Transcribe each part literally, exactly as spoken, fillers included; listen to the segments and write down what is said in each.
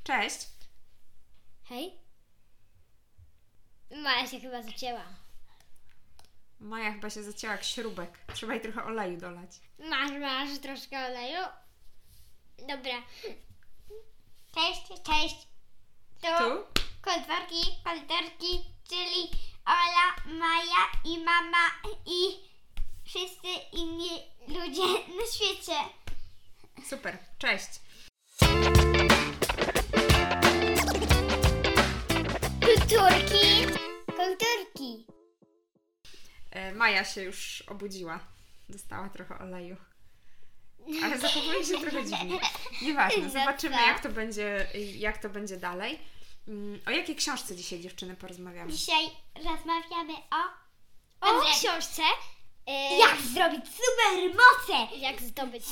Cześć. Hej. Maja się chyba zacięła. Maja chyba się zacięła jak śrubek. Trzeba jej trochę oleju dolać. Masz, masz troszkę oleju? Dobra. Cześć, cześć. Tu, Tu? Kondworki, kondorki, czyli Ola, Maja i mama i wszyscy inni ludzie na świecie. Super, cześć. Kulturki, kulturki. E, Maja się już obudziła. Dostała trochę oleju. Ale zachowuje się trochę dziwnie. Nieważne, zobaczymy jak to będzie, jak to będzie dalej. O jakiej książce dzisiaj, dziewczyny, porozmawiamy? Dzisiaj rozmawiamy o... O Andrzej. książce Yy, Jak zrobić supermoce! Jak zdobyć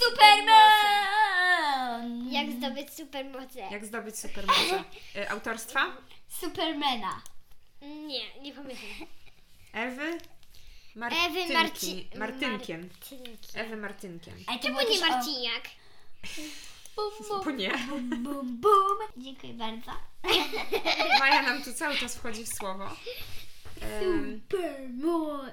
Superman! Jak zdobyć supermoce? Jak zdobyć supermoce? E, autorstwa? Supermana. Nie, nie pamiętam. Ewy? Ewy Martynki. Marci... Martynkiem. Martynki. Ewy Martynkiem. A to Czemu było nie też o- Marciniak? Bum, bum, Bo nie. bum, bum, bum. Dziękuję bardzo. Maja nam tu cały czas wchodzi w słowo. Em, Supermoc.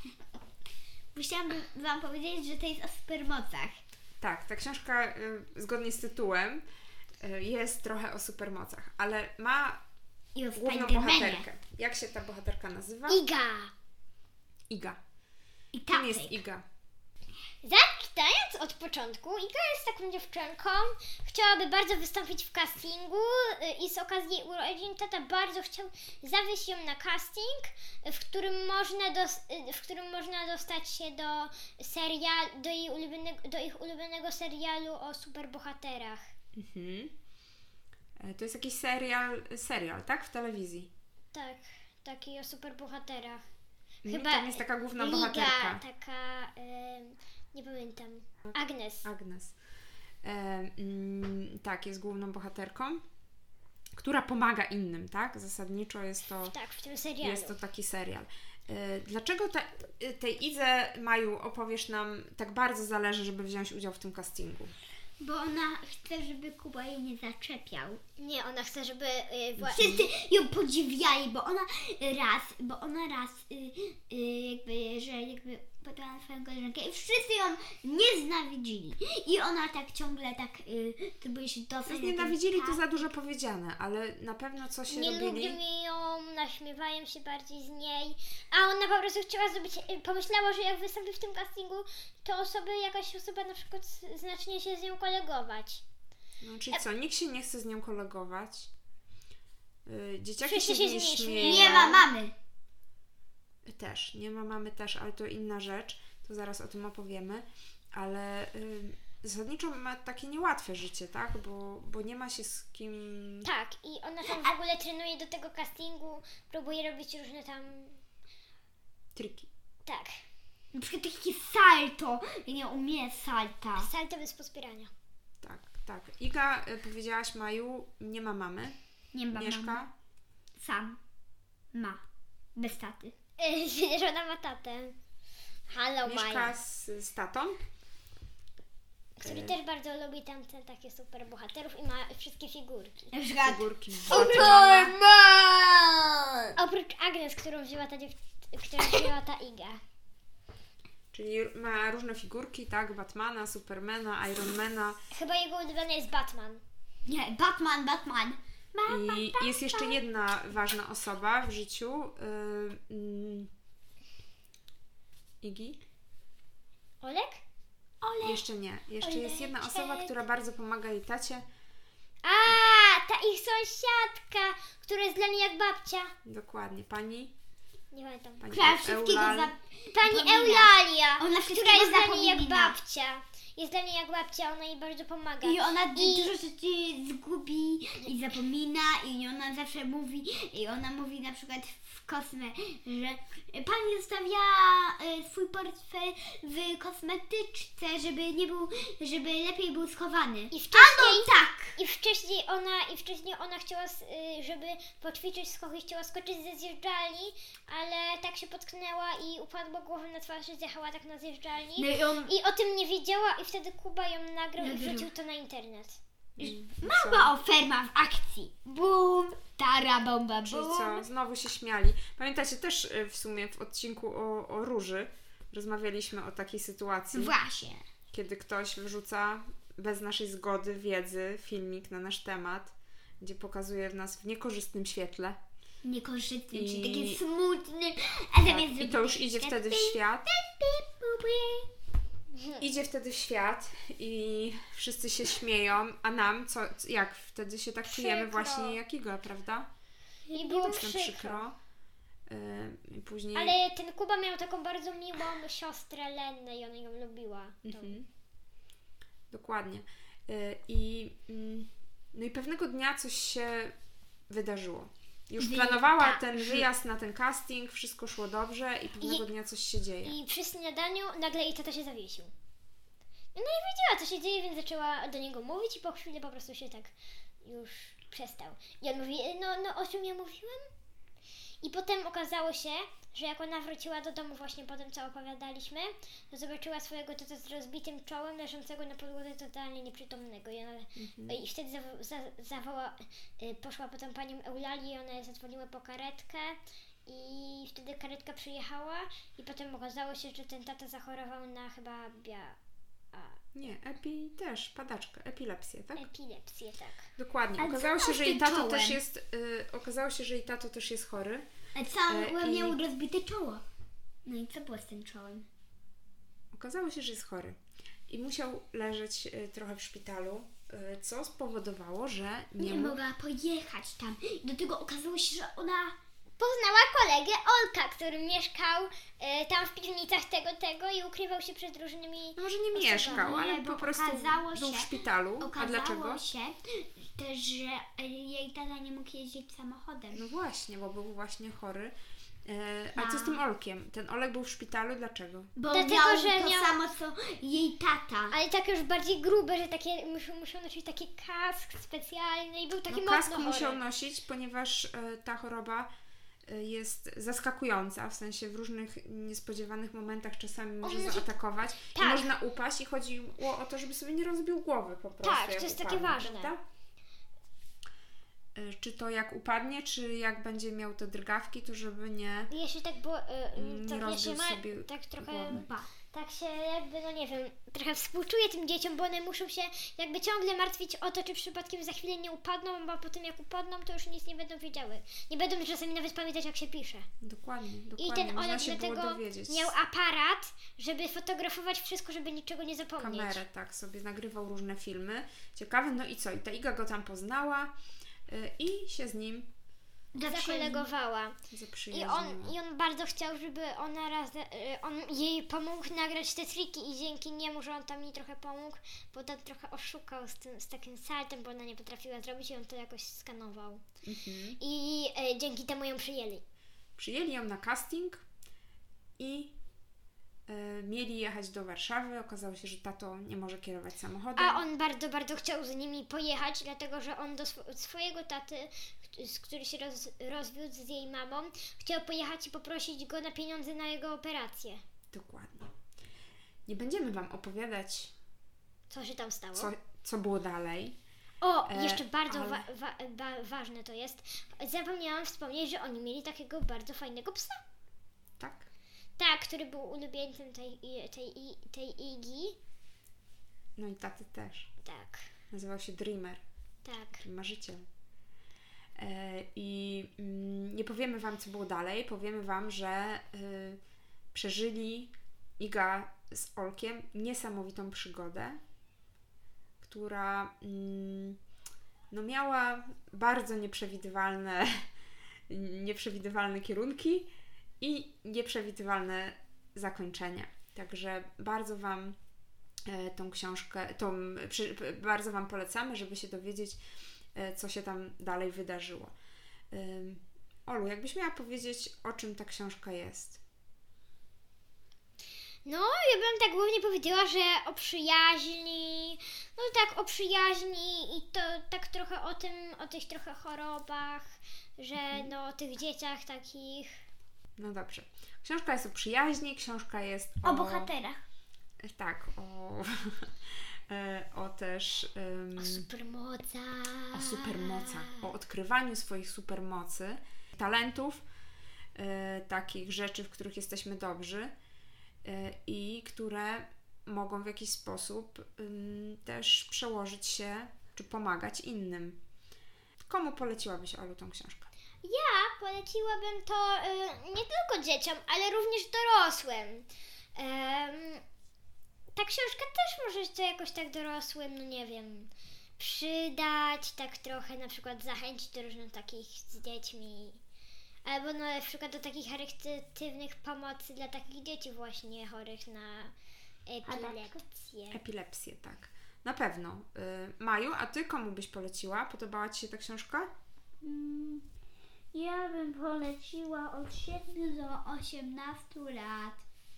Musiałam wam powiedzieć, że to jest o supermocach. tak, ta książka y, zgodnie z tytułem y, jest trochę o supermocach, ale ma I o główną Spidermanie. bohaterkę. Jak się ta bohaterka nazywa? Iga. Iga. I Kim tak jest Iga? Zaczynając od początku, Iga jest taką dziewczynką, chciałaby bardzo wystąpić w castingu y, i z okazji jej urodzin tata bardzo chciał zawieźć ją na casting, y, w którym można, dos- y, w którym można dostać się do serial, do, jej ulubionego, do ich ulubionego serialu o superbohaterach. Mhm. E, To jest jakiś serial, serial, tak? W telewizji. Tak, taki o superbohaterach. Mhm, Chyba tam jest taka główna Liga, bohaterka. taka, y, nie pamiętam, Agnes. Agnes. E, mm, tak, jest główną bohaterką, która pomaga innym, tak? Zasadniczo jest to, Tak, w tym serialu. jest to taki serial. E, dlaczego te, tej Idze, Maju, opowiesz nam, tak bardzo zależy, żeby wziąć udział w tym castingu? Bo ona chce, żeby Kuba jej nie zaczepiał. Nie, ona chce, żeby y, wła- Wszyscy ją podziwiali, bo ona raz, bo ona raz y, y, jakby, że jakby podała na swoją koleżankę i wszyscy ją nienawidzili. I ona tak ciągle tak y, próbuje się dostać. na ten Nienawidzili to tak. za dużo powiedziane, ale na pewno coś się nie robili. lubią ją, naśmiewają się bardziej z niej, a ona po prostu chciała zrobić, y, pomyślała, że jak wystąpi w tym castingu, to osoby, jakaś osoba na przykład s- zacznie się z nią kolegować. No, czyli co, nikt się nie chce z nią kolegować. Yy, dzieciaki Wszyscy się z się niej z niej śmieją. Nie ma mamy. Też, nie ma mamy też, ale to inna rzecz. To zaraz o tym opowiemy. Ale yy, zasadniczo ma takie niełatwe życie, tak? Bo, bo nie ma się z kim... Tak, i ona tam w ogóle trenuje do tego castingu, próbuje robić różne tam, Triki. tak, Na przykład takie salto. Ja nie umiem salta. salto bez pospierania. Tak, tak. Iga, yy, powiedziałaś Maju, nie ma mamy. Nie ma Mieszka. mamy. Sam. Ma. Bez taty. Y, że ona ma tatę. Halo Mieszka Maja. z, z tatą. Który też bardzo lubi tam te takie super bohaterów i ma wszystkie figurki. Na przykład Figurki. Superman! Oprócz Agnes, którą wzięła ta, dziew- którą wzięła ta Iga. Czyli ma różne figurki, tak? Batmana, Supermana, Ironmana. Chyba jego ulubiony jest Batman. Nie, Batman, Batman. I jest jeszcze jedna ważna osoba w życiu yy, yy, Igi. Olek? Ole. Jeszcze nie. Jeszcze jest jedna osoba, która bardzo pomaga jej tacie. A, ta ich sąsiadka, która jest dla niej jak babcia. Dokładnie. Pani. Nie pamiętam. Pani Która wszystkiego Eulal. za... Pani zapomina. Eulalia, Ona która wszystkiego jest dla niej jak zapomina. babcia. Jest dla niej jak babcia, ona jej bardzo pomaga. I ona I- dużo rzeczy zgubi i zapomina i ona zawsze mówi, i ona mówi na przykład w Kosmę, że pani zostawiała e, swój portfel w kosmetyczce, żeby nie był, żeby lepiej był schowany. I wcześniej, No tak! i wcześniej ona, i wcześniej ona chciała, s- y, żeby poćwiczyć skok i chciała skoczyć ze zjeżdżalni, ale tak się potknęła i upadła głową na twarz i zjechała tak na zjeżdżalni. No i on... I o tym nie wiedziała i wtedy Kuba ją nagrał i Nagrał. wrzucił to na internet. Mała oferma w akcji. Bum, tara, bomba, Czyli bum. co, znowu się śmiali. Pamiętacie też y, w sumie w odcinku o, o róży rozmawialiśmy o takiej sytuacji, Właśnie. kiedy ktoś wyrzuca bez naszej zgody, wiedzy, filmik na nasz temat, gdzie pokazuje w nas w niekorzystnym świetle. Niekorzystny, I- czyli taki smutny, a zamiast Tak, I zrobić to już idzie wtedy w świat. świat. Idzie wtedy w świat i wszyscy się śmieją, a nam, co, jak wtedy się tak czujemy Przykro. właśnie jak Iga, prawda? I było Jest nam przykro. przykro. Yy, I później... Ale ten Kuba miał taką bardzo miłą siostrę Lennę i ona ją lubiła. To- Mhm. Dokładnie. Yy, I, mm, no i pewnego dnia coś się wydarzyło. Już Wy- planowała tak. ten wyjazd na ten casting, wszystko szło dobrze i pewnego I- dnia coś się dzieje. I przy śniadaniu nagle jej tata się zawiesił. No i wiedziała, co się dzieje, więc zaczęła do niego mówić i po chwili po prostu się tak już przestał. I on mówi, no, no o czym ja mówiłem? I potem okazało się, że jak ona wróciła do domu właśnie po tym, co opowiadaliśmy, to zobaczyła swojego tata z rozbitym czołem, leżącego na podłodze totalnie nieprzytomnego. I, ona, Mhm. i wtedy zawo- za, zawoła, y, poszła potem panią Eulalię i one zadzwoniły po karetkę. I wtedy karetka przyjechała i potem okazało się, że ten tata zachorował na chyba bia... a, Nie, epi też, padaczka, epilepsję, tak? epilepsję, tak. Dokładnie. Ale Okazało co się, z że tym jej tato czołem? też jest, y, okazało się, że jej tato też jest chory. A cały E, i- miał rozbite czoło. No i co było z tym czołem? Okazało się, że jest chory. I musiał leżeć y, trochę w szpitalu, y, co spowodowało, że nie, Nie mógł... mogła pojechać tam. Do tego okazało się, że ona... Poznała kolegę Olka, który mieszkał e, tam w piwnicach tego, tego i ukrywał się przed różnymi... No może nie Osobami, mieszkał, ale bo po prostu okazało był w się- szpitalu. A Okazało dlaczego? się też, że e, jej tata nie mógł jeździć samochodem. No właśnie, bo był właśnie chory. E, a No. co z tym Olkiem? Ten Olek był w szpitalu, dlaczego? Bo Dlatego, miał że to miał- samo co jej tata. Ale tak już bardziej grube, że takie muszą, muszą nosić taki kask specjalny i był taki No, mocno kask chory. musiał nosić, ponieważ e, ta choroba e, jest zaskakująca, w sensie w różnych niespodziewanych momentach czasami może może- zaatakować i tak. można upaść i chodziło o to, żeby sobie nie rozbił głowy po prostu. Tak, jak to jest takie upadnie, ważne. prawda? E, Czy to jak upadnie, czy jak będzie miał te drgawki, to żeby nie... Jeśli tak było, y, Mm, y, nie to rozbił wiecie, ma, sobie tak trochę, głowy. Ba. tak się jakby, no nie wiem, trochę współczuję tym dzieciom, bo one muszą się jakby ciągle martwić o to, czy przypadkiem za chwilę nie upadną, bo potem jak upadną, to już nic nie będą wiedziały. Nie będą czasami nawet pamiętać, jak się pisze. Dokładnie, I dokładnie. ten Można Olek się było dlatego dowiedzieć. miał aparat, żeby fotografować wszystko, żeby niczego nie zapomnieć. Kamerę, tak, sobie nagrywał różne filmy. Ciekawe, no i co? I ta Iga go tam poznała y, i się z nim Zakolegowała. I zaprzyjaźniła. on, I on bardzo chciał, żeby ona raz, y, on jej pomógł nagrać te triki i dzięki niemu, że on tam jej trochę pomógł, bo tam trochę oszukał z, tym, z takim saltem, bo ona nie potrafiła zrobić i on to jakoś skanował. Mhm. I y, dzięki temu ją przyjęli. Przyjęli ją na casting i y, mieli jechać do Warszawy. Okazało się, że tato nie może kierować samochodem. A on bardzo, bardzo chciał z nimi pojechać, dlatego że on do sw- swojego taty, z który się roz, rozwiódł z jej mamą, chciał pojechać i poprosić go na pieniądze na jego operację. Dokładnie. Nie będziemy Wam opowiadać, Co się tam stało? co, co było dalej. O, E, jeszcze bardzo ale- wa- wa- ba- ważne to jest. Zapomniałam wspomnieć, że oni mieli takiego bardzo fajnego psa. Tak? Tak, który był ulubieńcem tej, i- tej, i- tej Igi. No i taty też. Tak, Nazywał się Dreamer, tak. czyli marzyciel. E, I mm, nie powiemy Wam, co było dalej. Powiemy Wam, że y, przeżyli Iga z Olkiem niesamowitą przygodę, która mm, no miała bardzo nieprzewidywalne, nieprzewidywalne kierunki i nieprzewidywalne zakończenie. Także bardzo Wam e, tą książkę, tą, przy, p- bardzo Wam polecamy, żeby się dowiedzieć, e, co się tam dalej wydarzyło. Ym, Olu, jakbyś miała powiedzieć, o czym ta książka jest? No, ja bym tak głównie powiedziała, że o przyjaźni, no tak o przyjaźni i to tak trochę o tym, o tych trochę chorobach, że no o tych dzieciach takich. No dobrze. Książka jest o przyjaźni, książka jest o... O bohaterach. Tak, o, e, o też um, O supermocach. o supermocach, o odkrywaniu swoich supermocy, talentów, e, takich rzeczy, w których jesteśmy dobrzy e, i które mogą w jakiś sposób um, też przełożyć się, czy pomagać innym. Komu poleciłabyś, Olu, tą książkę? Ja poleciłabym to y, nie tylko dzieciom, ale również dorosłym. Em, ta książka też może się jakoś tak dorosłym, no nie wiem, przydać, tak trochę na przykład zachęcić do różnych takich z dziećmi. Albo no, na przykład do takich charytatywnych pomocy dla takich dzieci właśnie chorych na epilepsję. Epilepsję, tak. Na pewno. Y, Maju, a Ty komu byś poleciła? Podobała Ci się ta książka? Mm, ja bym poleciła od siedmiu do osiemnastu lat.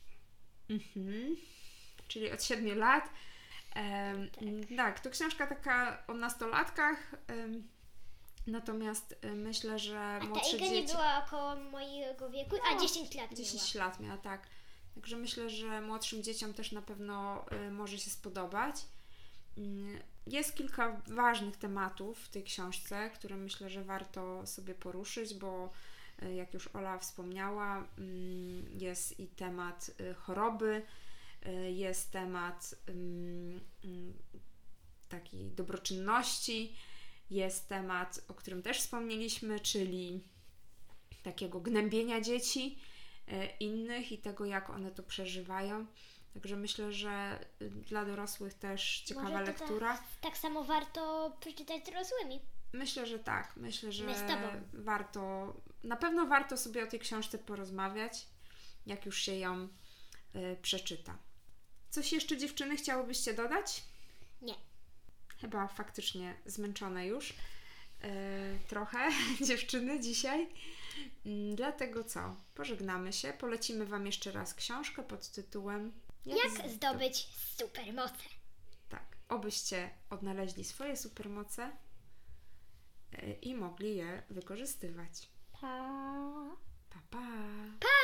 Mhm. Czyli od siedmiu lat. Em, tak. tak, to książka taka o nastolatkach, em, natomiast y, myślę, że A ta młodsze Iga dzieci... nie była około mojego wieku, a No, dziesięć lat dziesięć miała. lat miała, tak. Także myślę, że młodszym dzieciom też na pewno y, może się spodobać. Y, jest kilka ważnych tematów w tej książce, które myślę, że warto sobie poruszyć, bo y, jak już Ola wspomniała, y, jest i temat y, choroby, y, jest temat y, y, takiej dobroczynności, jest temat, o którym też wspomnieliśmy, czyli takiego gnębienia dzieci innych i tego, jak one to przeżywają. Także myślę, że dla dorosłych też ciekawa Może to lektura. Tak, tak samo warto przeczytać z dorosłymi. Myślę, że tak. Myślę, że My z tobą. warto, na pewno warto sobie o tej książce porozmawiać, jak już się ją y, przeczyta. Coś jeszcze, dziewczyny, chciałybyście dodać? Nie. Chyba faktycznie zmęczone już. Yy, trochę dziewczyny dzisiaj. Yy, dlatego co? Pożegnamy się. Polecimy Wam jeszcze raz książkę pod tytułem Jak zdobyć supermoce. Tak. Obyście odnaleźli swoje supermoce yy, i mogli je wykorzystywać. Pa. Pa, pa. Pa!